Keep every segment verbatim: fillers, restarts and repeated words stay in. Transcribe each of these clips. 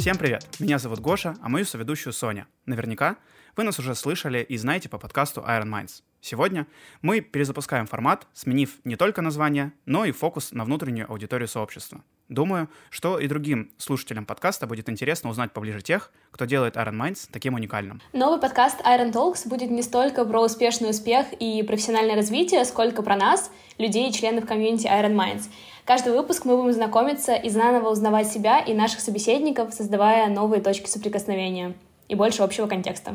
Всем привет! Меня зовут Гоша, а мою соведущую Соня. Наверняка вы нас уже слышали и знаете по подкасту Iron Minds. Сегодня мы перезапускаем формат, сменив не только название, но и фокус на внутреннюю аудиторию сообщества. Думаю, что и другим слушателям подкаста будет интересно узнать поближе тех, кто делает Iron Minds таким уникальным. Новый подкаст Iron Talks будет не столько про успешный успех и профессиональное развитие, сколько про нас, людей и членов комьюнити Iron Minds. Каждый выпуск мы будем знакомиться и заново узнавать себя и наших собеседников, создавая новые точки соприкосновения и больше общего контекста.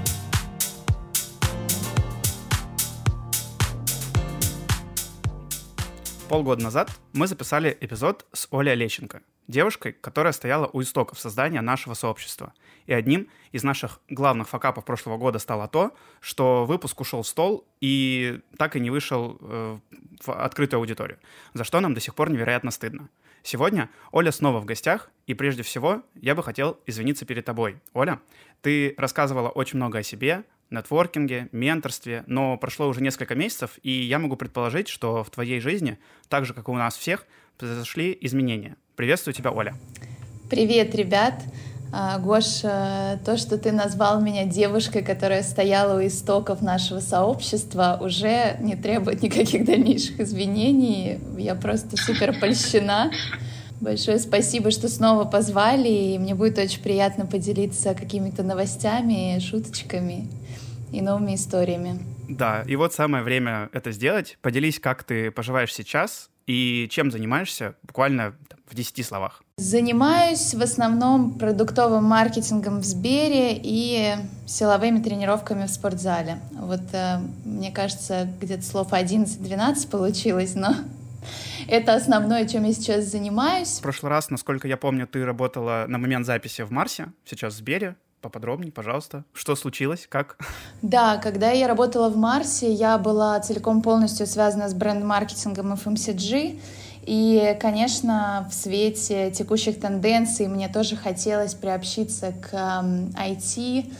Полгода назад мы записали эпизод с Олей Олещенко, девушкой, которая стояла у истоков создания нашего сообщества. И одним из наших главных факапов прошлого года стало то, что выпуск ушел в стол и так и не вышел э, в открытую аудиторию, за что нам до сих пор невероятно стыдно. Сегодня Оля снова в гостях, и прежде всего я бы хотел извиниться перед тобой. Оля, ты рассказывала очень много о себе, нетворкинге, менторстве, но прошло уже несколько месяцев, и я могу предположить, что в твоей жизни, так же, как и у нас всех, произошли изменения. Приветствую тебя, Оля. Привет, ребят. Гош, то, что ты назвал меня девушкой, которая стояла у истоков нашего сообщества, уже не требует никаких дальнейших извинений. Я просто супер польщена. Большое спасибо, что снова позвали, и мне будет очень приятно поделиться какими-то новостями, шуточками и новыми историями. Да, и вот самое время это сделать. Поделись, как ты поживаешь сейчас и чем занимаешься буквально там, в десяти словах. Занимаюсь в основном продуктовым маркетингом в Сбере и силовыми тренировками в спортзале. Вот э, мне кажется, где-то слов одиннадцать-двенадцать получилось, но это основное, чем я сейчас занимаюсь. В прошлый раз, насколько я помню, ты работала на момент записи в Марсе, сейчас в Сбере. Поподробнее, пожалуйста. Что случилось? Как? Да, когда я работала в Марсе, я была целиком полностью связана с бренд-маркетингом эф эм си джи. И, конечно, в свете текущих тенденций мне тоже хотелось приобщиться к ай ти,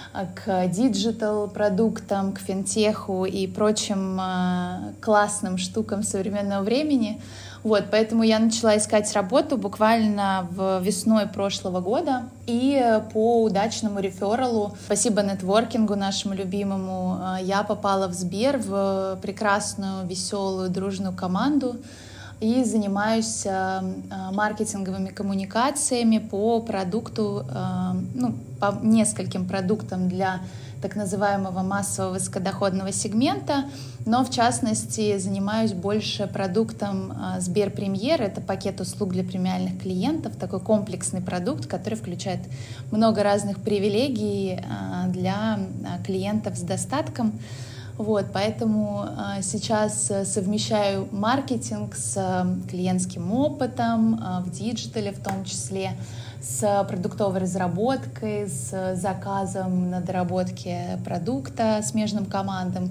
к диджитал-продуктам, к финтеху и прочим классным штукам современного времени. Вот, поэтому я начала искать работу буквально в весной прошлого года. И по удачному рефералу, спасибо нетворкингу нашему любимому, я попала в Сбер, в прекрасную, веселую, дружную команду. И занимаюсь э, маркетинговыми коммуникациями по продукту, э, ну, по нескольким продуктам для так называемого массового высокодоходного сегмента, но в частности занимаюсь больше продуктом э, Сбер Премьер. Это пакет услуг для премиальных клиентов, такой комплексный продукт, который включает много разных привилегий э, для э, клиентов с достатком. Вот, поэтому э, сейчас совмещаю маркетинг с э, клиентским опытом, э, в диджитале в том числе, с продуктовой разработкой, с заказом на доработке продукта смежным командам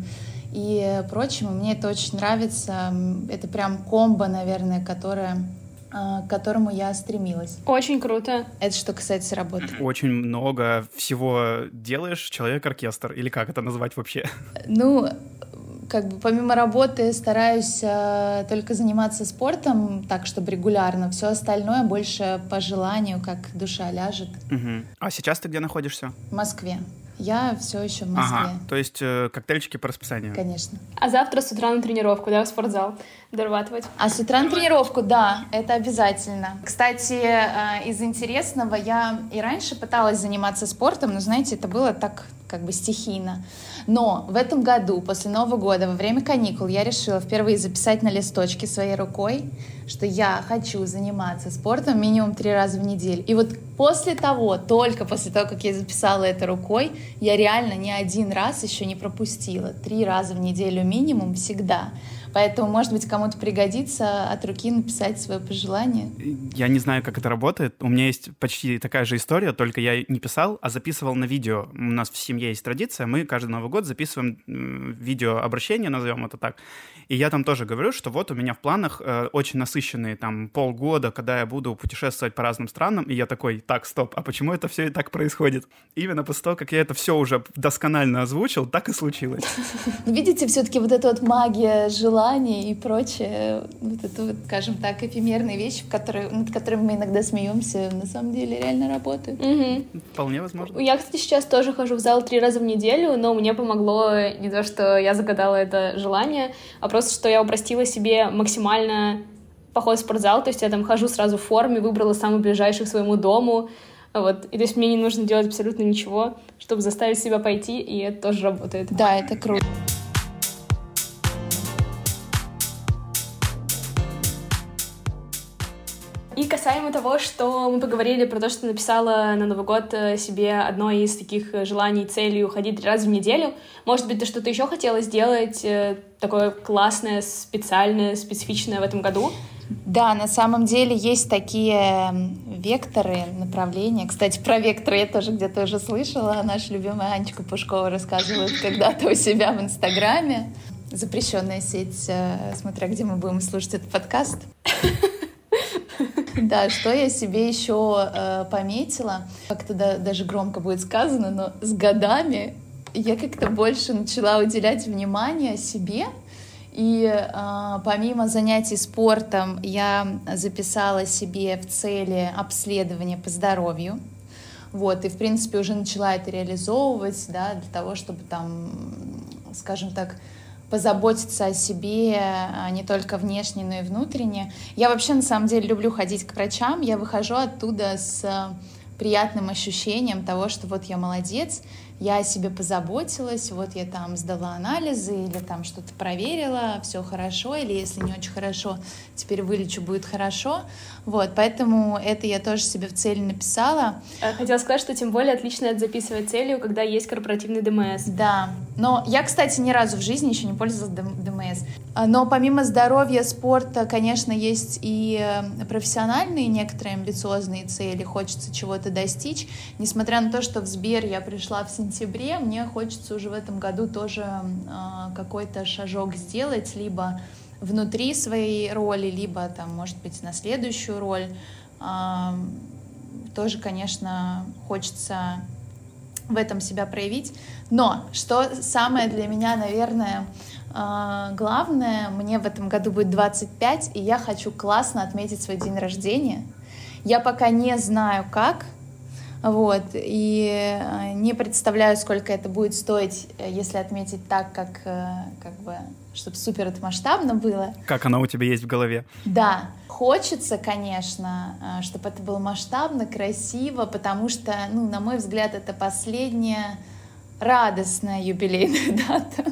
и прочим. И мне это очень нравится. Это прям комбо, наверное, которое... к которому я стремилась. Очень круто. Это что касается работы. Очень много всего делаешь, человек-оркестр, или как это назвать вообще? Ну, как бы помимо работы стараюсь э, только заниматься спортом, так, чтобы регулярно. Все остальное больше по желанию, как душа ляжет. Угу. А сейчас ты где находишься? В Москве. Я все еще в Москве. Ага, то есть э, коктейльчики по расписанию. Конечно. А завтра с утра на тренировку, да, в спортзал дорабатывать? А с утра на тренировку, да, это обязательно. Кстати, э, из интересного, я и раньше пыталась заниматься спортом, но, знаете, это было так как бы стихийно. Но в этом году, после Нового года, во время каникул, я решила впервые записать на листочке своей рукой, что я хочу заниматься спортом минимум три раза в неделю. И вот после того, только после того, как я записала это рукой, я реально ни один раз еще не пропустила. Три раза в неделю минимум всегда. Поэтому, может быть, кому-то пригодится от руки написать свое пожелание. Я не знаю, как это работает. У меня есть почти такая же история, только я не писал, а записывал на видео. У нас в семье есть традиция, мы каждый Новый год записываем видеообращение, назовем это так. И я там тоже говорю, что вот у меня в планах э, очень насыщенные там полгода, когда я буду путешествовать по разным странам. И я такой, так, стоп, а почему это все и так происходит? Именно после того, как я это все уже досконально озвучил, так и случилось. Видите, все-таки вот эта вот магия желания желания и прочее. Вот это вот, скажем так, эфемерные вещи, в которые, над которыми мы иногда смеемся, на самом деле реально работают. Угу. Вполне возможно. Я, кстати, сейчас тоже хожу в зал три раза в неделю, но мне помогло не то, что я загадала это желание, а просто, что я упростила себе максимально поход в спортзал, то есть я там хожу сразу в форме, выбрала самый ближайший к своему дому, вот, и то есть мне не нужно делать абсолютно ничего, чтобы заставить себя пойти, и это тоже работает. Да, это круто. И касаемо того, что мы поговорили про то, что написала на Новый год себе одно из таких желаний, целей уходить три раза в неделю, может быть, ты что-то еще хотела сделать такое классное, специальное, специфичное в этом году? Да, на самом деле есть такие векторы, направления. Кстати, про векторы я тоже где-то уже слышала. Наша любимая Анечка Пушкова рассказывает когда-то у себя в Инстаграме. Запрещенная сеть, смотря где мы будем слушать этот подкаст. Да, что я себе еще э, пометила, как-то да, даже громко будет сказано, но с годами я как-то больше начала уделять внимание себе. И э, помимо занятий спортом я записала себе в цели обследование по здоровью. Вот, и, в принципе, уже начала это реализовывать, да, для того, чтобы там, скажем так, позаботиться о себе не только внешне, но и внутренне. Я вообще, на самом деле, люблю ходить к врачам. Я выхожу оттуда с приятным ощущением того, что вот я молодец, я о себе позаботилась, вот я там сдала анализы или там что-то проверила, все хорошо, или если не очень хорошо, теперь вылечу, будет хорошо. Вот, поэтому это я тоже себе в цели написала. Хотела сказать, что тем более отлично это записывать целью, когда есть корпоративный ДМС. Да, но я, кстати, ни разу в жизни еще не пользовалась ДМС. Но помимо здоровья, спорта, конечно, есть и профессиональные некоторые амбициозные цели, хочется чего-то достичь. Несмотря на то, что в Сбер я пришла в сентябре, мне хочется уже в этом году тоже э, какой-то шажок сделать, либо внутри своей роли, либо, там, может быть, на следующую роль. Э, тоже, конечно, хочется в этом себя проявить. Но что самое для меня, наверное, э, главное, мне в этом году будет двадцать пять, и я хочу классно отметить свой день рождения. Я пока не знаю, как, вот, и не представляю, сколько это будет стоить, если отметить так, как, как бы, чтобы супер это масштабно было. Как оно у тебя есть в голове. Да, хочется, конечно, чтобы это было масштабно, красиво, потому что, ну, на мой взгляд, это последняя радостная юбилейная дата.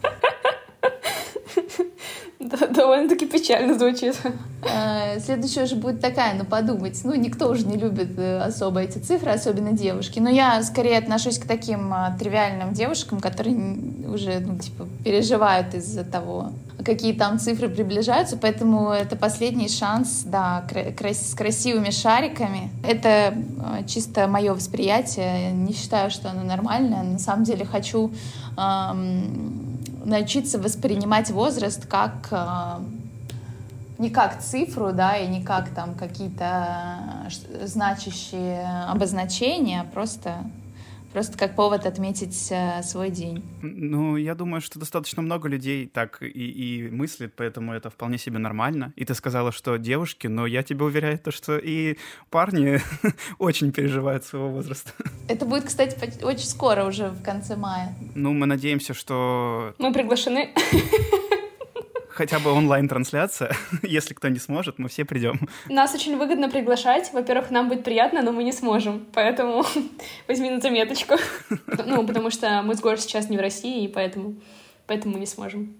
Довольно-таки печально звучит. Следующая уже будет такая, ну, подумать. Ну, никто уже не любит особо эти цифры, особенно девушки. Но я скорее отношусь к таким тривиальным девушкам, которые уже, ну, типа, переживают из-за того, какие там цифры приближаются. Поэтому это последний шанс, да, с красивыми шариками. Это чисто мое восприятие. Я не считаю, что оно нормальное. На самом деле хочу эм, научиться воспринимать возраст как э, не как цифру, да, и не как там какие-то значащие обозначения, а просто, просто как повод отметить э, свой день. Ну, я думаю, что достаточно много людей так и, и мыслит, поэтому это вполне себе нормально. И ты сказала, что девушки, но я тебе уверяю, то, что и парни очень переживают своего возраста. Это будет, кстати, очень скоро, уже в конце мая. Ну, мы надеемся, что... Мы приглашены. Хотя бы онлайн-трансляция. Если кто не сможет, мы все придем. Нас очень выгодно приглашать. Во-первых, нам будет приятно, но мы не сможем. Поэтому возьми на заметочку. Ну, потому что мы с Гор сейчас не в России, и поэтому, поэтому мы не сможем.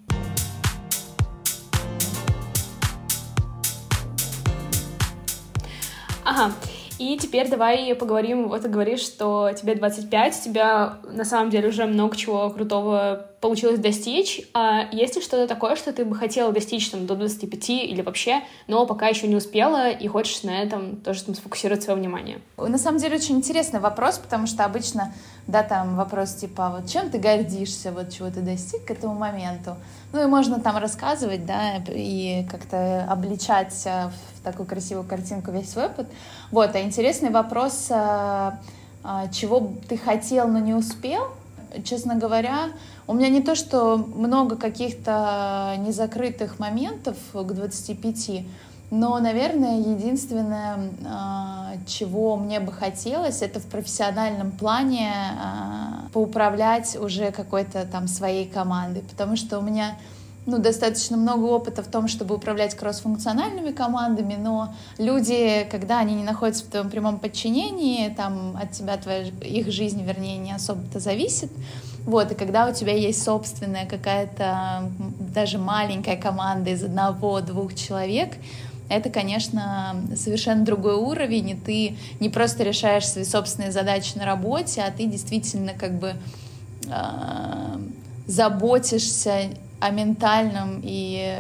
Ага. И теперь давай поговорим, вот ты говоришь, что тебе двадцать пять, у тебя на самом деле уже много чего крутого получилось достичь. А есть ли что-то такое, что ты бы хотела достичь там, до двадцати пяти или вообще, но пока еще не успела и хочешь на этом тоже там, сфокусировать свое внимание? На самом деле очень интересный вопрос, потому что обычно, да, там вопрос типа, вот чем ты гордишься, вот чего ты достиг к этому моменту. Ну и можно там рассказывать, да, и как-то обличать в такую красивую картинку весь свой опыт. Вот, а интересный вопрос, чего ты хотел, но не успел. честно говоря, у меня не то, что много каких-то незакрытых моментов к двадцати пяти, но, наверное, единственное, чего мне бы хотелось, это в профессиональном плане поуправлять уже какой-то там своей командой, потому что у меня ну, достаточно много опыта в том, чтобы управлять кроссфункциональными командами, но люди, когда они не находятся в твоем прямом подчинении, там от тебя твоя, их жизнь, вернее, не особо-то зависит. Вот, и когда у тебя есть собственная какая-то даже маленькая команда из одного-двух человек, это, конечно, совершенно другой уровень, и ты не просто решаешь свои собственные задачи на работе, а ты действительно как бы э, заботишься о ментальном и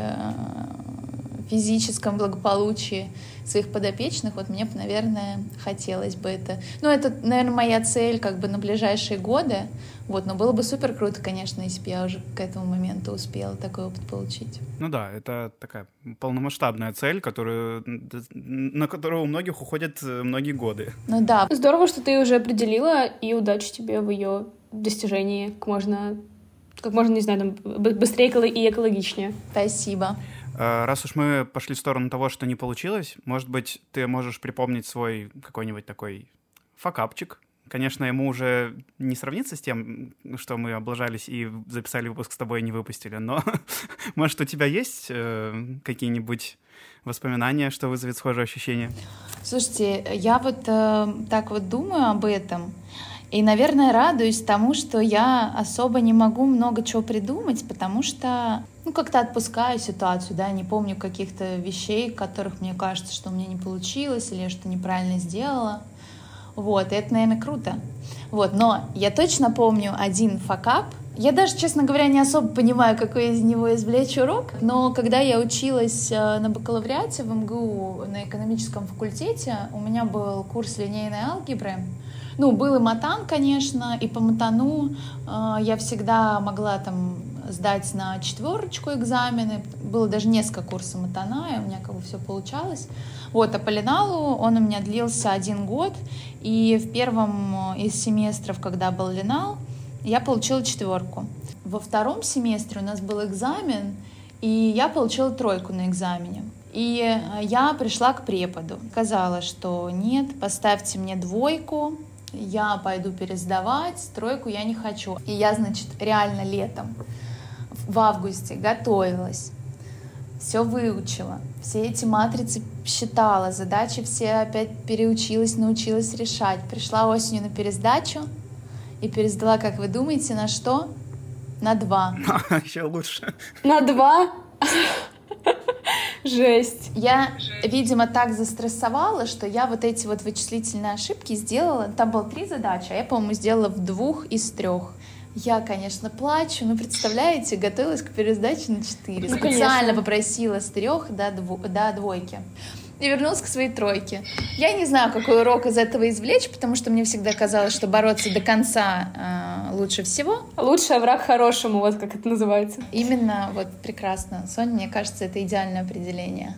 физическом благополучии своих подопечных. Вот мне, наверное, хотелось бы это. Ну, это, наверное, моя цель как бы на ближайшие годы. Вот, но было бы супер круто, конечно, если бы я уже к этому моменту успела такой опыт получить. Ну да, это такая полномасштабная цель, которую, на которую у многих уходят многие годы. Ну да. Здорово, что ты уже определила, и удачи тебе в ее достижении как можно... как можно, не знаю, там, быстрее и экологичнее. Спасибо. Раз уж мы пошли в сторону того, что не получилось, может быть, ты можешь припомнить свой какой-нибудь такой факапчик. Конечно, ему уже не сравнится с тем, что мы облажались и записали выпуск с тобой и не выпустили, но, может, у тебя есть какие-нибудь воспоминания, что вызовет схожие ощущения? Слушайте, я вот э, так вот думаю об этом, и, наверное, радуюсь тому, что я особо не могу много чего придумать, потому что, ну, как-то отпускаю ситуацию, да, не помню каких-то вещей, которых мне кажется, что у меня не получилось или я что неправильно сделала. Вот, и это, наверное, круто. Вот, но я точно помню один факап. Я даже, честно говоря, не особо понимаю, какой из него извлечь урок, но когда я училась на бакалавриате в эм гэ у на экономическом факультете, у меня был курс линейной алгебры. Ну, был и матан, конечно, и по матану э, я всегда могла там сдать на четверочку экзамены. Было даже несколько курсов матана, и у меня как бы все получалось. Вот, а по линалу он у меня длился один год, и в первом из семестров, когда был линал, я получила четверку. Во втором семестре у нас был экзамен, и я получила тройку на экзамене. И я пришла к преподу, сказала, что нет, поставьте мне двойку, я пойду пересдавать, тройку я не хочу. И я, значит, реально летом, в августе готовилась, все выучила, все эти матрицы считала, задачи все опять переучилась, научилась решать. Пришла осенью на пересдачу и пересдала, как вы думаете, на что? На два. Еще лучше. На два? Жесть. Я, видимо, так застрессовала, что я вот эти вот вычислительные ошибки сделала. Там было три задачи, а я, по-моему, сделала в двух из трех. Я, конечно, плачу, но, представляете, готовилась к пересдаче на четыре. Ну, Специально конечно. попросила с трех до, дво- до двойки. И вернулась к своей тройке. Я не знаю, какой урок из этого извлечь, потому что мне всегда казалось, что бороться до конца э, лучше всего. Лучший враг хорошему, вот как это называется. Именно, вот, прекрасно. Соня, мне кажется, это идеальное определение.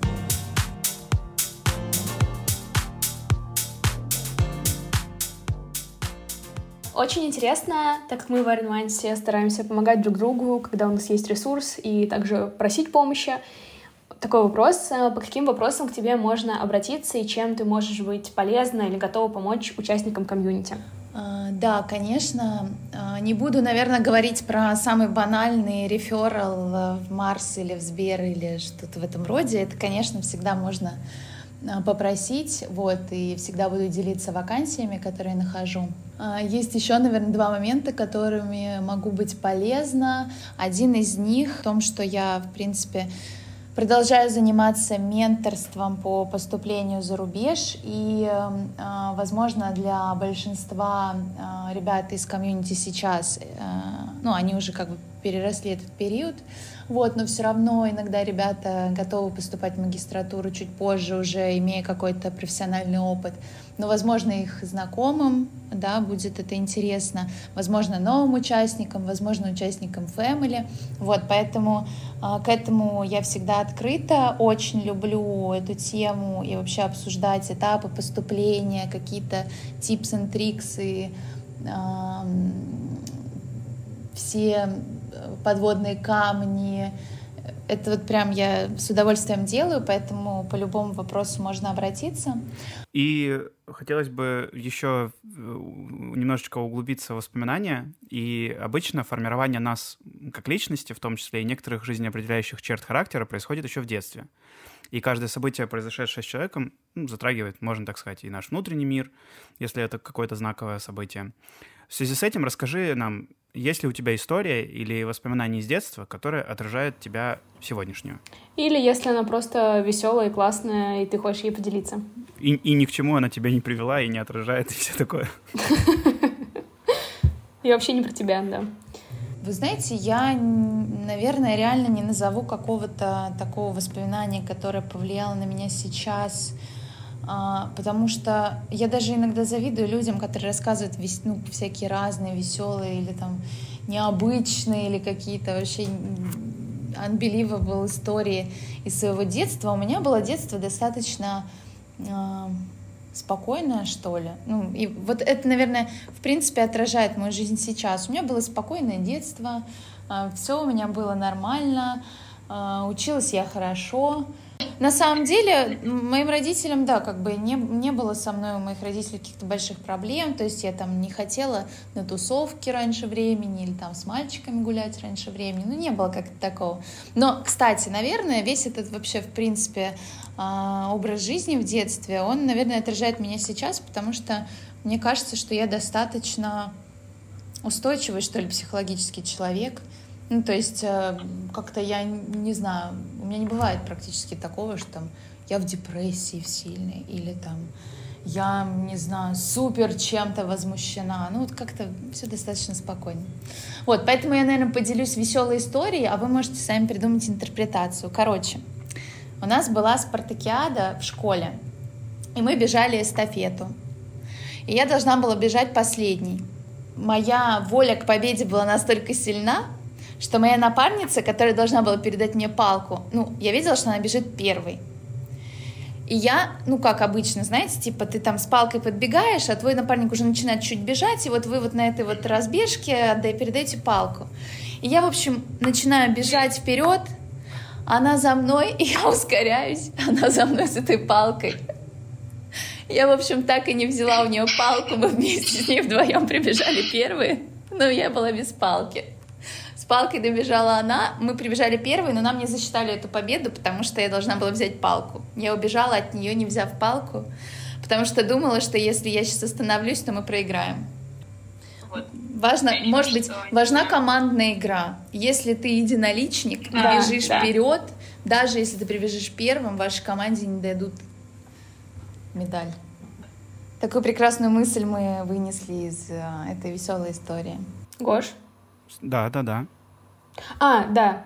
Очень интересно, так как мы в Iron Minds все стараемся помогать друг другу, когда у нас есть ресурс, и также просить помощи. Такой вопрос. По каким вопросам к тебе можно обратиться, и чем ты можешь быть полезна или готова помочь участникам комьюнити? Да, конечно. Не буду, наверное, говорить про самый банальный реферал в Марс или в Сбер или что-то в этом роде. Это, конечно, всегда можно попросить, вот, и всегда буду делиться вакансиями, которые нахожу. Есть еще, наверное, два момента, которыми могу быть полезна. Один из них в том, что я, в принципе, продолжаю заниматься менторством по поступлению за рубеж, и, возможно, для большинства ребят из комьюнити сейчас, ну, они уже как бы переросли этот период, вот, но все равно иногда ребята готовы поступать в магистратуру чуть позже, уже имея какой-то профессиональный опыт. Но, возможно, их знакомым, да, будет это интересно, возможно, новым участникам, возможно, участникам Family. Вот, поэтому э, к этому я всегда открыта, очень люблю эту тему и вообще обсуждать этапы поступления, какие-то tips and tricks и э, все подводные камни. Это вот прям я с удовольствием делаю, поэтому по любому вопросу можно обратиться. И хотелось бы еще немножечко углубиться в воспоминания. И обычно формирование нас как личности, в том числе и некоторых жизнеопределяющих черт характера, происходит еще в детстве. И каждое событие, произошедшее с человеком, ну, затрагивает, можно так сказать, и наш внутренний мир, если это какое-то знаковое событие. В связи с этим расскажи нам, есть ли у тебя история или воспоминания из детства, которые отражают тебя сегодняшнюю? Или если она просто веселая и классная, и ты хочешь ей поделиться. И, и ни к чему она тебя не привела и не отражает, и все такое. И вообще не про тебя, да. Вы знаете, я, наверное, реально не назову какого-то такого воспоминания, которое повлияло на меня сейчас, потому что я даже иногда завидую людям, которые рассказывают ну, всякие разные веселые или там необычные или какие-то вообще unbelievable истории из своего детства. У меня было детство достаточно э, спокойное, что ли. Ну, и вот это, наверное, в принципе отражает мою жизнь сейчас. У меня было спокойное детство, э, все у меня было нормально, э, училась я хорошо. На самом деле, моим родителям, да, как бы не, не было со мной у моих родителей каких-то больших проблем, то есть я там не хотела на тусовки раньше времени или там с мальчиками гулять раньше времени, ну не было как-то такого. Но, кстати, наверное, весь этот вообще, в принципе, образ жизни в детстве, он, наверное, отражает меня сейчас, потому что мне кажется, что я достаточно устойчивый, что ли, психологический человек. Ну, то есть как-то я не знаю, у меня не бывает практически такого, что там я в депрессии сильной или там я, не знаю, супер чем-то возмущена. Ну, вот как-то все достаточно спокойно. Вот, поэтому я, наверное, поделюсь веселой историей, а вы можете сами придумать интерпретацию. Короче, у нас была спартакиада в школе, и мы бежали эстафету. И я должна была бежать последней. Моя воля к победе была настолько сильна, что моя напарница, которая должна была передать мне палку, ну, я видела, что она бежит первой. И я, ну, как обычно, знаете, типа, ты там с палкой подбегаешь, а твой напарник уже начинает чуть бежать, и вот вы вот на этой вот разбежке передаете палку. И я, в общем, начинаю бежать вперед, она за мной, и я ускоряюсь, она за мной с этой палкой. Я, в общем, так и не взяла у нее палку, мы вместе с ней вдвоем прибежали первые, но я была без палки. С палкой добежала она, мы прибежали первые, но нам не засчитали эту победу, потому что я должна была взять палку. Я убежала от нее, не взяв палку, потому что думала, что если я сейчас остановлюсь, то мы проиграем. Вот. Важно, может быть, важна командная игра. Если ты единоличник и да, бежишь да. вперед, даже если ты прибежишь первым, вашей команде не дадут медаль. Такую прекрасную мысль мы вынесли из uh, этой веселой истории. Гош? Да, да, да. А, да.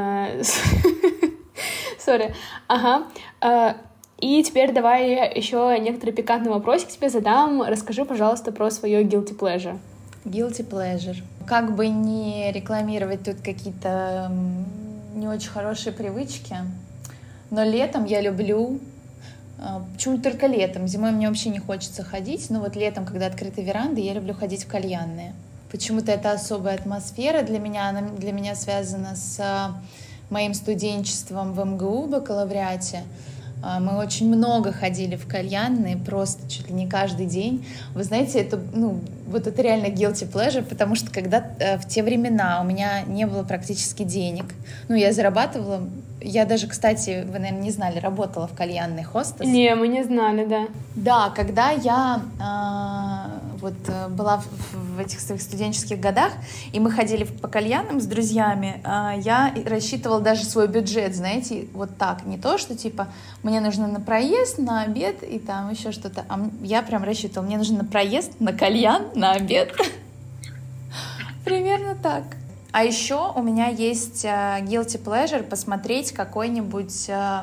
Сори. Ага. И теперь давай еще некоторый пикантный вопросик тебе задам. Расскажи, пожалуйста, про свое guilty pleasure. Guilty pleasure. Как бы не рекламировать тут какие-то не очень хорошие привычки, но летом я люблю... Почему только летом? Зимой мне вообще не хочется ходить, но вот летом, когда открыты веранды, я люблю ходить в кальянные. Почему-то это особая атмосфера для меня, она для меня связана с моим студенчеством в эм гэ у бакалавриате. Мы очень много ходили в кальянные, просто чуть ли не каждый день. Вы знаете, это, ну, вот это реально guilty pleasure, потому что когда в те времена у меня не было практически денег, ну, я зарабатывала, я даже, кстати, вы, наверное, не знали, работала в кальянной хостес. Не, мы не знали, да. Да, когда я э, вот была в, в этих своих студенческих годах, и мы ходили по кальянам с друзьями, э, я рассчитывала даже свой бюджет, знаете, вот так, не то, что типа мне нужно на проезд, на обед и там еще что-то, а я прям рассчитывала, мне нужно на проезд, на кальян, на обед. Примерно так. А еще у меня есть uh, guilty pleasure посмотреть какой-нибудь uh,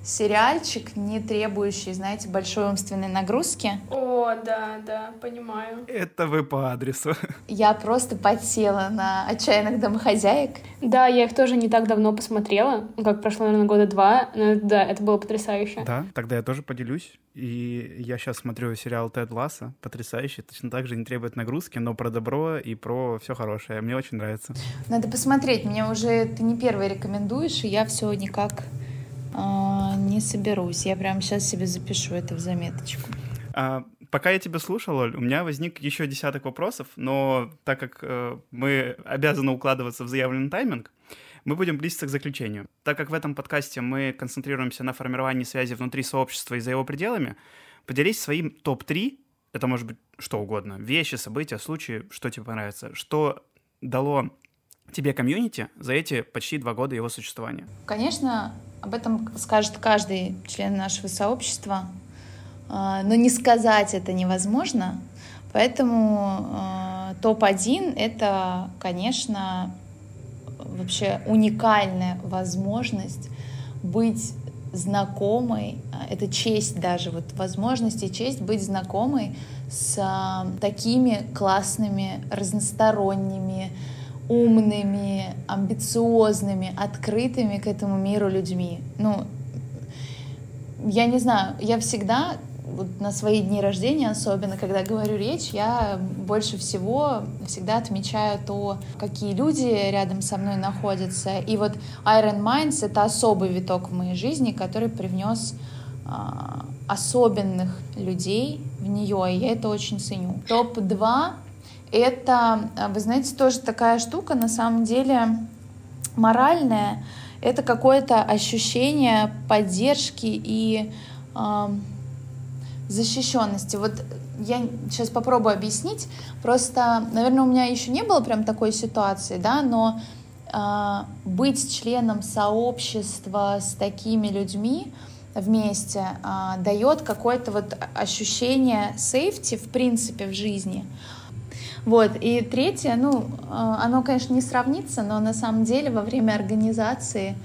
сериальчик, не требующий, знаете, большой умственной нагрузки. О, да, да, понимаю. Это вы по адресу. Я просто подсела на «Отчаянных домохозяек». Да, я их тоже не так давно посмотрела, как прошло, наверное, года два, но да, это было потрясающе. Да, тогда я тоже поделюсь. И я сейчас смотрю сериал «Тед Лассо», потрясающий, точно так же не требует нагрузки, но про добро и про все хорошее. Мне очень нравится. Надо посмотреть, мне уже ты не первый рекомендуешь, и я все никак э, не соберусь. Я прямо сейчас себе запишу это в заметочку. А, пока я тебя слушал, Оль, у меня возник еще десяток вопросов, но так как э, мы обязаны укладываться в заявленный тайминг, мы будем близиться к заключению. Так как в этом подкасте мы концентрируемся на формировании связи внутри сообщества и за его пределами, поделись своим топ три, это может быть что угодно, вещи, события, случаи, что тебе понравится, что дало тебе комьюнити за эти почти два года его существования. Конечно, об этом скажет каждый член нашего сообщества, но не сказать это невозможно, поэтому топ один — это, конечно, вообще уникальная возможность быть знакомой, это честь даже, вот возможность и честь быть знакомой с такими классными, разносторонними, умными, амбициозными, открытыми к этому миру людьми. Ну, я не знаю, я всегда, вот на свои дни рождения, особенно когда говорю речь, я больше всего всегда отмечаю то, какие люди рядом со мной находятся. И вот Iron Minds — это особый виток в моей жизни, который привнес а, особенных людей в нее, и я это очень ценю. топ два — это, вы знаете, тоже такая штука, на самом деле, моральная. Это какое-то ощущение поддержки и э, защищенности. Вот я сейчас попробую объяснить. Просто, наверное, у меня еще не было прям такой ситуации, да, но э, быть членом сообщества с такими людьми вместе э, дает какое-то вот ощущение сейфти, в принципе, в жизни. Вот. И третье, ну, оно, конечно, не сравнится, но на самом деле во время организации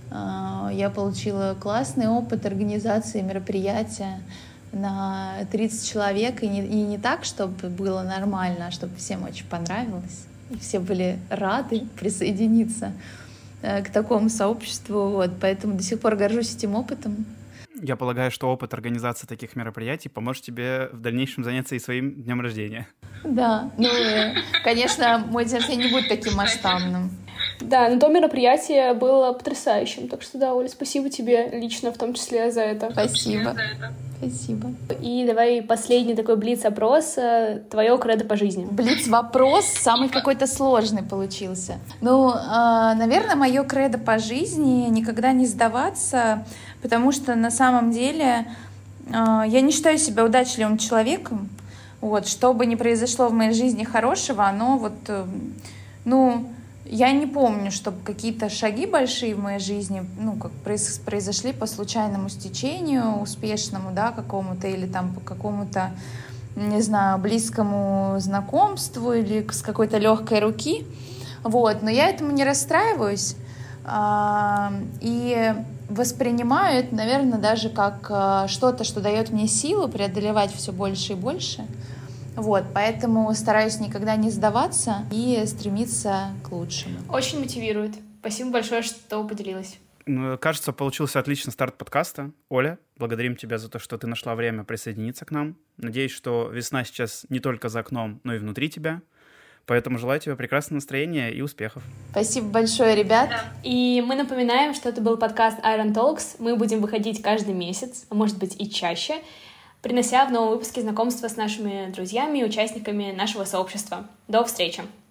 я получила классный опыт организации мероприятия на тридцать человек, и не, и не так, чтобы было нормально, а чтобы всем очень понравилось, все были рады присоединиться к такому сообществу, вот. Поэтому до сих пор горжусь этим опытом. Я полагаю, что опыт организации таких мероприятий поможет тебе в дальнейшем заняться и своим днем рождения. Да, ну, конечно, мой день рождения не будет таким масштабным. Да, но то мероприятие было потрясающим, так что да, Оля, спасибо тебе лично в том числе за это. Спасибо. Спасибо. И давай последний такой блиц-опрос. Твое кредо по жизни. Блиц-вопрос самый какой-то сложный получился. Ну, наверное, мое кредо по жизни — никогда не сдаваться, потому что на самом деле я не считаю себя удачливым человеком. Вот, что бы ни произошло в моей жизни хорошего, оно вот, ну, я не помню, чтобы какие-то шаги большие в моей жизни, ну, как произошли по случайному стечению, успешному, да, какому-то, или там по какому-то, не знаю, близкому знакомству, или с какой-то легкой руки. Вот, но я этому не расстраиваюсь и воспринимаю это, наверное, даже как что-то, что дает мне силу преодолевать все больше и больше. Вот, поэтому стараюсь никогда не сдаваться и стремиться к лучшему. Очень мотивирует. Спасибо большое, что поделилась. Кажется, получился отличный старт подкаста. Оля, благодарим тебя за то, что ты нашла время присоединиться к нам. Надеюсь, что весна сейчас не только за окном, но и внутри тебя. Поэтому желаю тебе прекрасного настроения и успехов. Спасибо большое, ребят. Да. И мы напоминаем, что это был подкаст Iron Talks. Мы будем выходить каждый месяц, а может быть и чаще, принося в новом выпуске знакомства с нашими друзьями и участниками нашего сообщества. До встречи!